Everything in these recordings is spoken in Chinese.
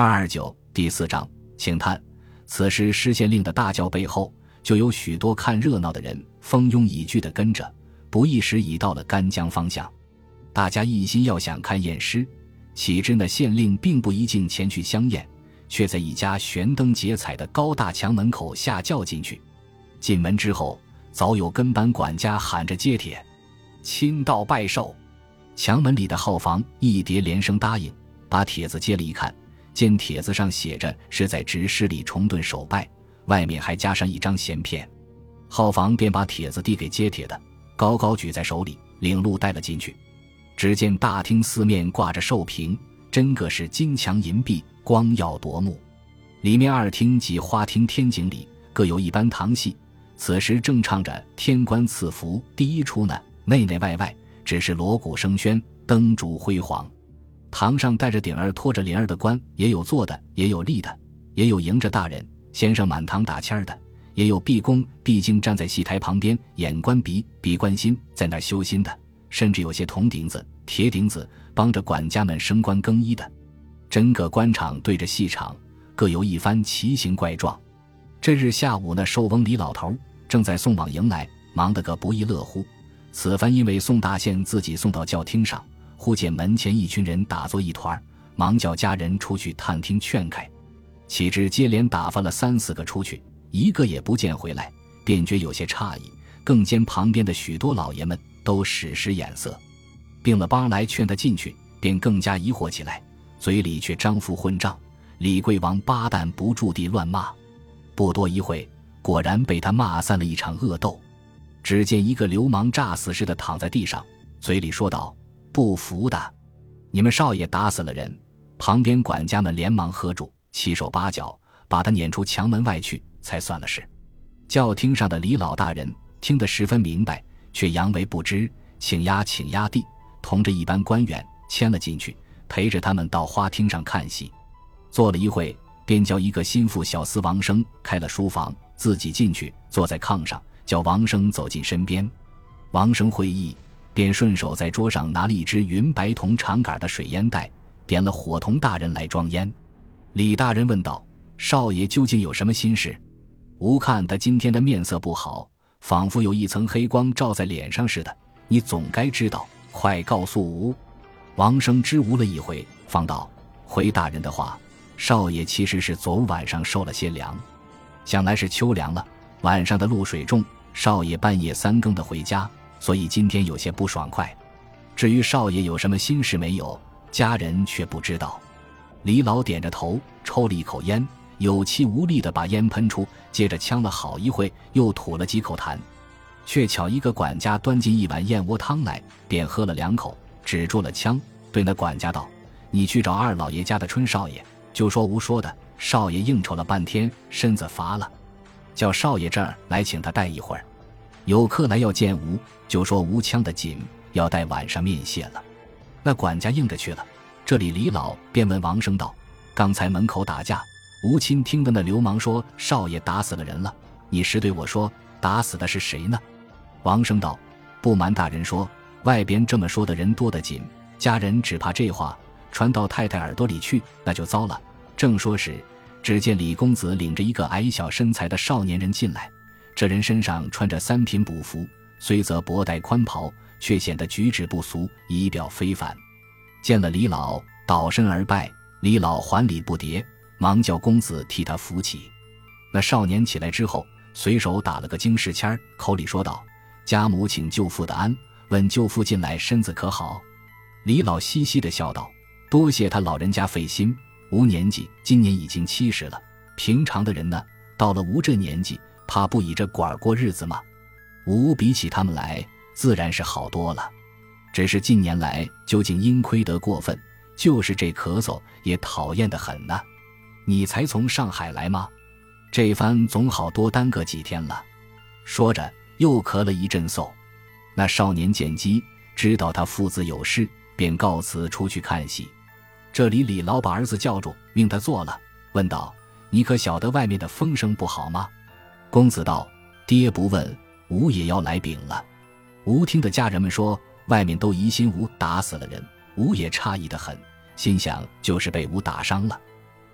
229第4章请探。此时施县令的大轿背后就有许多看热闹的人蜂拥已聚地跟着，不一时已到了干江方向。大家一心要想看验尸，岂知那县令并不一径前去相验，却在一家悬灯结彩的高大墙门口下轿进去。进门之后，早有跟班管家喊着接帖：亲到拜寿。墙门里的号房一叠连声答应，把帖子接了一看，见帖子上写着是在执事里重顿首拜，外面还加上一张闲片。号房便把帖子递给接帖的，高高举在手里，领路带了进去。只见大厅四面挂着寿屏，真个是金墙银壁，光耀夺目。里面二厅及花厅天井里各有一班堂戏，此时正唱着天官赐福第一出呢，内内外外只是锣鼓声喧，灯烛辉煌。堂上带着顶儿拖着帘儿的官，也有坐的，也有立的，也有迎着大人先生满堂打签的，也有毕恭毕敬站在戏台旁边眼观鼻鼻观心，在那儿修心的，甚至有些铜顶子铁顶子帮着管家们升官更衣的。整个官场对着戏场各有一番奇形怪状。这日下午那寿翁李老头正在送往迎来，忙得个不亦乐乎。此番因为宋大宪自己送到轿厅上，忽见门前一群人打作一团，忙叫家人出去探听劝开。岂知接连打发了3、4个出去，一个也不见回来，便觉有些诧异，更兼旁边的许多老爷们都使使眼色，并了帮来劝他进去，便更加疑惑起来，嘴里却张符混账，李贵王八蛋不住地乱骂。不多一会，果然被他骂散了一场恶斗。只见一个流氓诈死似的躺在地上，嘴里说道：不服的，你们少爷打死了人。旁边管家们连忙喝住，七手八脚把他撵出墙门外去，才算了事。轿厅上的李老大人听得十分明白，却佯为不知，请押地同着一班官员牵了进去，陪着他们到花厅上看戏。坐了一会，便叫一个心腹小厮王生开了书房，自己进去坐在炕上，叫王生走进身边。王生会意，便顺手在桌上拿了一只云白铜长杆的水烟袋，点了伙同大人来装烟。李大人问道：少爷究竟有什么心事？吾看他今天的面色不好，仿佛有一层黑光照在脸上似的，你总该知道，快告诉吾。王生支吾了一回，方道：回大人的话，少爷其实是昨晚上受了些凉，想来是秋凉了，晚上的露水重，少爷半夜3更的回家，所以今天有些不爽快。至于少爷有什么心事没有，家人却不知道。李老点着头抽了一口烟，有气无力地把烟喷出，接着呛了好一会，又吐了几口痰。却巧一个管家端进一碗燕窝汤来，便喝了2口，止住了呛，对那管家道：你去找二老爷家的春少爷，就说吾说的，少爷应酬了半天，身子乏了，叫少爷这儿来请他待一会儿。有客来要见吾，就说吾呛得紧，要待晚上面谢了。那管家应着去了。这里李老便问王生道：刚才门口打架，吴亲听的那流氓说少爷打死了人了，你实对我说打死的是谁呢？王生道：不瞒大人说，外边这么说的人多得紧，家人只怕这话传到太太耳朵里去，那就糟了。正说时，只见李公子领着一个矮小身材的少年人进来，这人身上穿着3品补服，虽则薄带宽袍，却显得举止不俗，仪表非凡。见了李老，倒身而拜，李老还礼不迭，忙叫公子替他扶起。那少年起来之后，随手打了个京式签，口里说道：家母请舅父的安，问舅父近来身子可好？李老嘻嘻地笑道：多谢他老人家费心，吾年纪今年已经70了，平常的人呢，到了吾这年纪，怕不以这管过日子吗？吾比起他们来，自然是好多了。只是近年来究竟因亏得过分，就是这咳嗽也讨厌得很呢。你才从上海来吗？这番总好多耽搁几天了。说着又咳了一阵嗽。那少年见机，知道他父子有事，便告辞出去看戏。这里李老把儿子叫住，命他坐了，问道：你可晓得外面的风声不好吗？公子道：爹不问，吾也要来禀了。吾听的家人们说，外面都疑心吾打死了人，吾也诧异得很，心想就是被吾打伤了。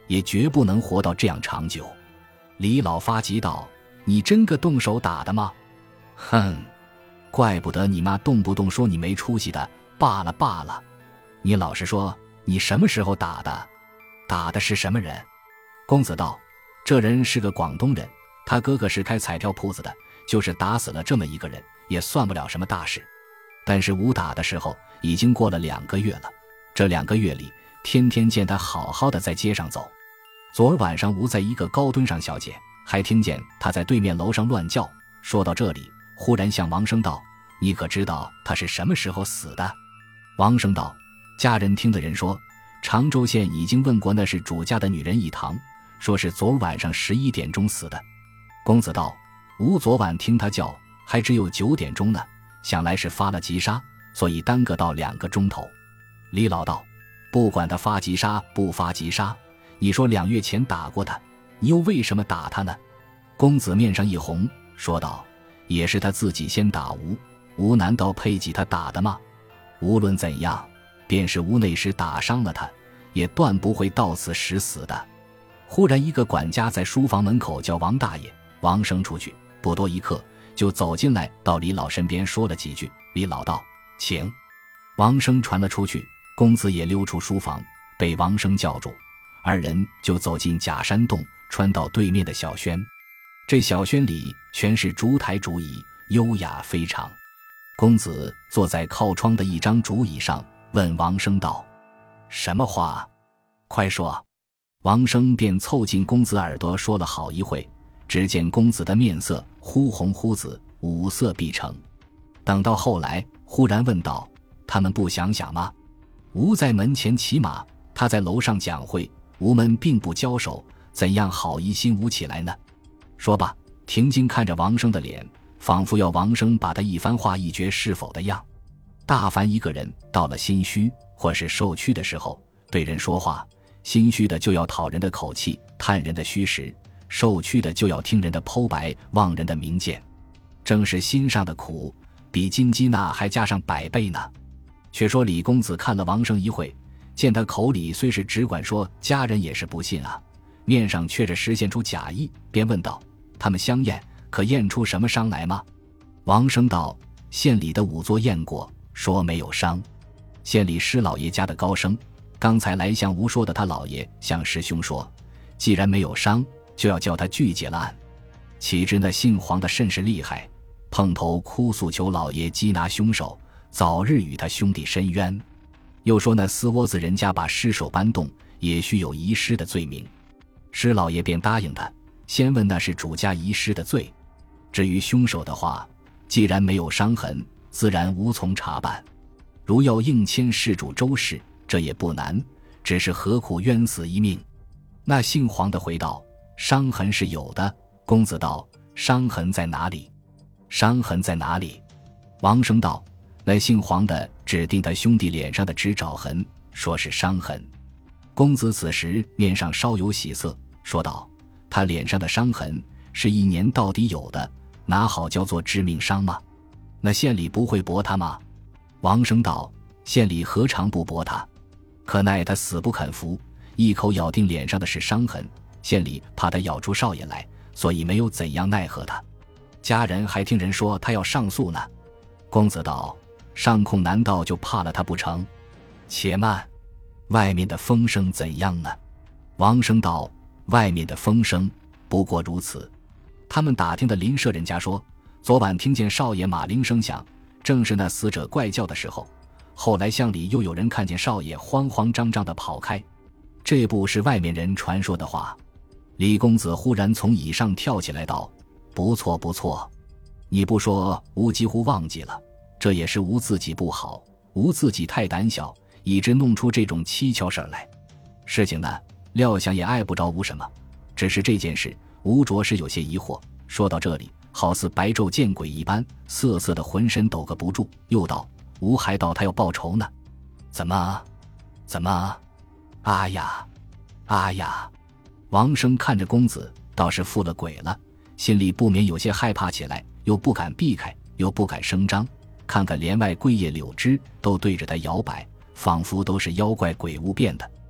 也绝不能活到这样长久。李老发急道：你真个动手打的吗？哼，怪不得你妈动不动说你没出息的，罢了罢了。你老实说，你什么时候打的？打的是什么人？公子道：这人是个广东人，他哥哥是开彩票铺子的，就是打死了这么一个人，也算不了什么大事。但是吴打的时候已经过了2个月了，这2个月里天天见他好好的在街上走。昨晚上吴在一个高墩上小姐，还听见他在对面楼上乱叫。说到这里，忽然向王生道：你可知道他是什么时候死的？王生道：家人听的人说，常州县已经问过那是主家的女人一堂，说是昨晚上11点钟死的。公子道：吴昨晚听他叫还只有9点钟呢，想来是发了急杀，所以耽搁到2个钟头。李老道：不管他发急杀不发急杀，你说2月前打过他，你又为什么打他呢？公子面上一红，说道：也是他自己先打吴，吴难道配给他打的吗？无论怎样，便是吴那时打伤了他，也断不会到此时死的。忽然一个管家在书房门口叫王大爷，王生出去，不多一刻就走进来，到李老身边说了几句。李老道：请。王生传了出去，公子也溜出书房，被王生叫住，二人就走进假山洞，穿到对面的小轩。这小轩里全是烛台竹椅，优雅非常。公子坐在靠窗的一张竹椅上，问王生道：什么话？快说。王生便凑近公子耳朵说了好一会，只见公子的面色忽红忽紫，五色必成。等到后来忽然问道：他们不想想吗？吴在门前骑马，他在楼上讲会，吴们并不交手，怎样好疑心吴起来呢？说罢，停睛看着王生的脸，仿佛要王生把他一番话一决是否的样。大凡一个人到了心虚或是受屈的时候，对人说话，心虚的就要讨人的口气，探人的虚实，受屈的就要听人的剖白，忘人的明鉴。正是心上的苦，比金鸡那还加上100倍呢。却说李公子看了王生一会，见他口里虽是只管说家人也是不信啊，面上却是实现出假意，便问道：他们相验，可验出什么伤来吗？王生道：县里的仵作验过，说没有伤。县里施老爷家的高升刚才来向吴说的，他老爷向师兄说，既然没有伤，就要叫他拒解了案。岂知那姓黄的甚是厉害，碰头哭诉求老爷缉拿凶手，早日与他兄弟申冤。又说那私窝子人家把尸首搬动，也须有遗失的罪名。施老爷便答应他，先问那是主家遗失的罪，至于凶手的话，既然没有伤痕，自然无从查办。如要硬牵事主周氏，这也不难，只是何苦冤死一命？那姓黄的回道：伤痕是有的。公子道：伤痕在哪里？伤痕在哪里？王生道：那姓黄的指定他兄弟脸上的指爪痕，说是伤痕。公子此时面上稍有喜色，说道：他脸上的伤痕是1年到底有的，哪好叫做致命伤吗？那县里不会驳他吗？王生道：县里何尝不驳他？可奈他死不肯服，一口咬定脸上的是伤痕，县里怕他咬出少爷来，所以没有怎样奈何他。家人还听人说他要上诉呢。公子道：上控难道就怕了他不成？且慢，外面的风声怎样呢？王生道：外面的风声不过如此。他们打听的邻舍人家说，昨晚听见少爷马铃声响，正是那死者怪叫的时候，后来乡里又有人看见少爷慌慌张张地跑开。这不是外面人传说的话。李公子忽然从椅上跳起来道：不错不错，你不说吾几乎忘记了，这也是吾自己不好，吾自己太胆小，以致弄出这种蹊跷事来。事情呢，料想也碍不着吾什么，只是这件事吾着实有些疑惑。说到这里，好似白昼见鬼一般，瑟瑟的浑身抖个不住，又道：吾还道他要报仇呢。怎么啊呀啊呀！王生看着公子，倒是附了鬼了，心里不免有些害怕起来，又不敢避开，又不敢声张，看看帘外桂叶柳枝都对着他摇摆，仿佛都是妖怪鬼物变的。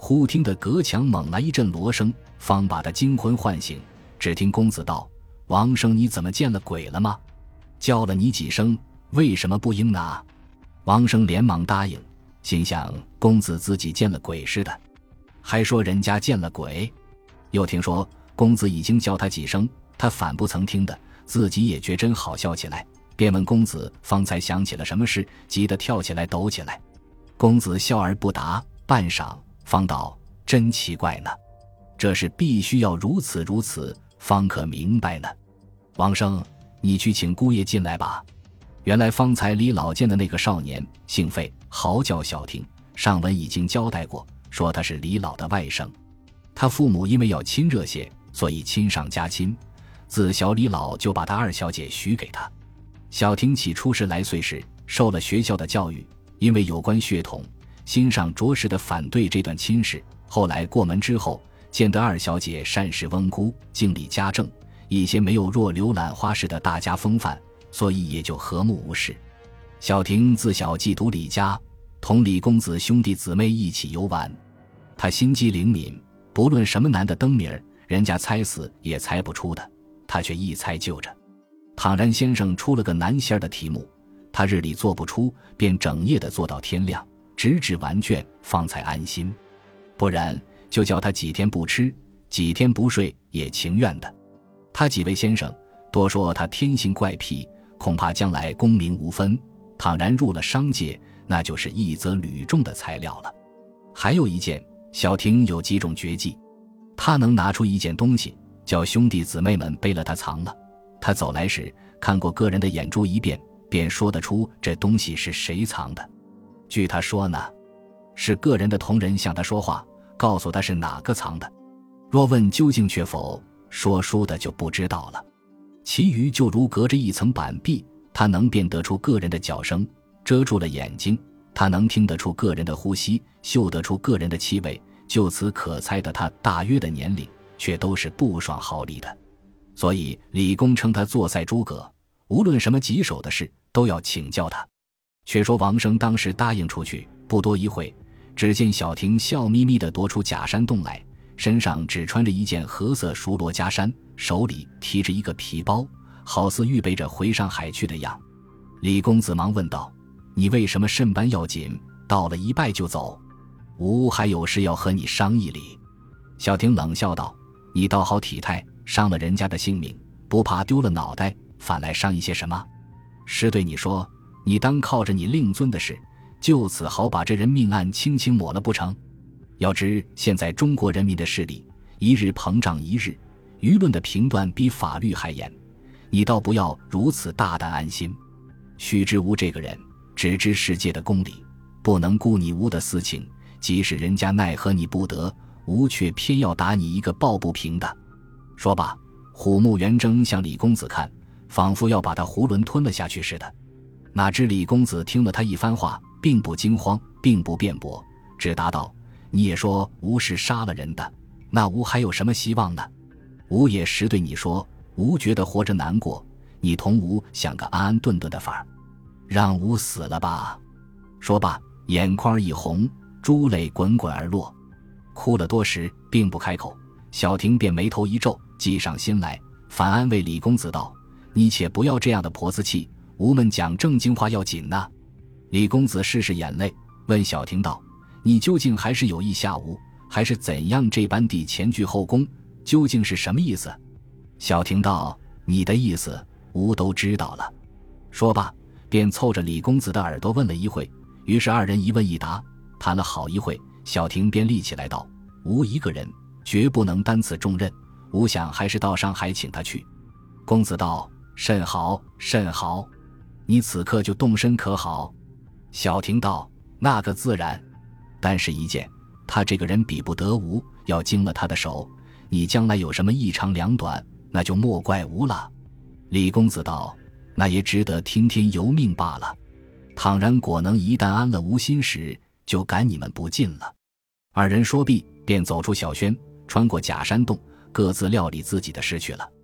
忽听得隔墙猛来一阵锣声，方把他惊魂唤醒。只听公子道：王生，你怎么见了鬼了吗？叫了你几声，为什么不应拿？王生连忙答应，心想公子自己见了鬼似的，还说人家见了鬼。又听说公子已经叫他几声，他反不曾听的，自己也觉真好笑起来，便问公子方才想起了什么事，急得跳起来抖起来。公子笑而不答，半晌方道：真奇怪呢，这事必须要如此如此方可明白呢。王生，你去请姑爷进来吧。原来方才李老见的那个少年姓费，号叫小婷，上文已经交代过，说他是李老的外甥。他父母因为要亲热些，所以亲上加亲，自小李老就把他二小姐许给他。小婷起初10来岁时受了学校的教育，因为有关血统，心上着实的反对这段亲事。后来过门之后，见得二小姐善事温姑，敬礼家政，一些没有若刘兰花式的大家风范，所以也就和睦无事。小婷自小寄读李家，同李公子兄弟姊妹一起游玩。他心机灵敏，不论什么男的灯谜，人家猜死也猜不出的，他却一猜就着。倘然先生出了个难仙的题目，他日里做不出，便整夜的做到天亮，直至完卷方才安心。不然就叫他几天不吃几天不睡也情愿的。他几位先生多说他天性怪癖，恐怕将来功名无分，倘然入了商界，那就是一则屡重的材料了。还有一件，小婷有几种绝技，他能拿出一件东西，叫兄弟姊妹们背了他藏了，他走来时看过个人的眼珠一遍，便说得出这东西是谁藏的。据他说呢，是个人的同仁向他说话，告诉他是哪个藏的。若问究竟确否，说书的就不知道了。其余就如隔着一层板壁，他能辨得出个人的叫声，遮住了眼睛，他能听得出个人的呼吸，嗅得出个人的气味，就此可猜得他大约的年龄，却都是不爽好礼的。所以李公称他坐赛诸葛，无论什么棘手的事都要请教他。却说王生当时答应出去，不多一会，只见小婷笑眯眯地踱出假山洞来，身上只穿着一件褐色熟罗袈衫，手里提着一个皮包，好似预备着回上海去的样。李公子忙问道：你为什么甚般要紧，到了一拜就走？吾还有事要和你商议哩。小婷冷笑道：你倒好体态，伤了人家的性命，不怕丢了脑袋，反来伤一些什么？实对你说，你当靠着你令尊的事，就此好把这人命案轻轻抹了不成？要知现在中国人民的势力一日膨胀一日，舆论的评断比法律还严，你倒不要如此大胆安心。须知吾这个人只知世界的公理，不能顾你吾的私情，即使人家奈何你不得，吾却偏要打你一个抱不平的。说罢，虎目圆睁向李公子看，仿佛要把他囫囵吞了下去似的。哪知李公子听了他一番话，并不惊慌，并不辩驳，只答道：你也说吾是杀了人的，那吾还有什么希望呢？吾也实对你说，吾觉得活着难过，你同吾想个安安顿顿的法儿，让吾死了吧。说罢，眼眶一红，珠泪滚滚而落，哭了多时，并不开口。小婷便眉头一皱，计上心来，反安慰李公子道：你且不要这样的婆子气，吾们讲正经话要紧呐。李公子拭拭眼泪，问小婷道：你究竟还是有意吓吾，还是怎样这般地前倨后恭，究竟是什么意思？小婷道：你的意思吾都知道了。说罢，便凑着李公子的耳朵问了一会，于是二人一问一答，谈了好一会，小婷便立起来道：吾一个人绝不能担此重任，吾想还是到上海请他去。公子道：甚好甚好，你此刻就动身可好？小婷道：那个自然，但是一件，他这个人比不得吾，要经了他的手，你将来有什么一长两短，那就莫怪吾了。李公子道：那也只得听天由命罢了，倘然果能一旦安了吾心时，就赶你们不进了。二人说毕，便走出小轩，穿过假山洞，各自料理自己的事去了。